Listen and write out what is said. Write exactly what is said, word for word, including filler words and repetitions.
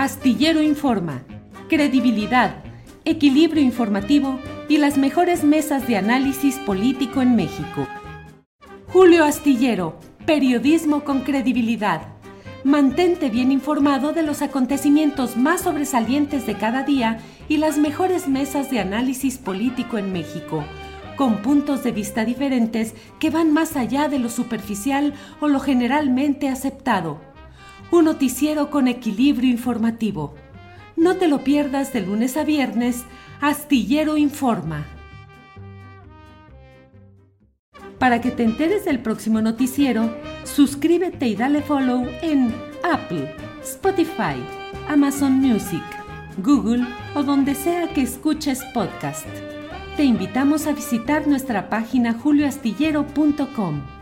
Astillero Informa, credibilidad, equilibrio informativo y las mejores mesas de análisis político en México. Julio Astillero, periodismo con credibilidad. Mantente bien informado de los acontecimientos más sobresalientes de cada día y las mejores mesas de análisis político en México, con puntos de vista diferentes que van más allá de lo superficial o lo generalmente aceptado. Un noticiero con equilibrio informativo. No te lo pierdas de lunes a viernes, Astillero Informa. Para que te enteres del próximo noticiero, suscríbete y dale follow en Apple, Spotify, Amazon Music, Google o donde sea que escuches podcast. Te invitamos a visitar nuestra página julio astillero punto com.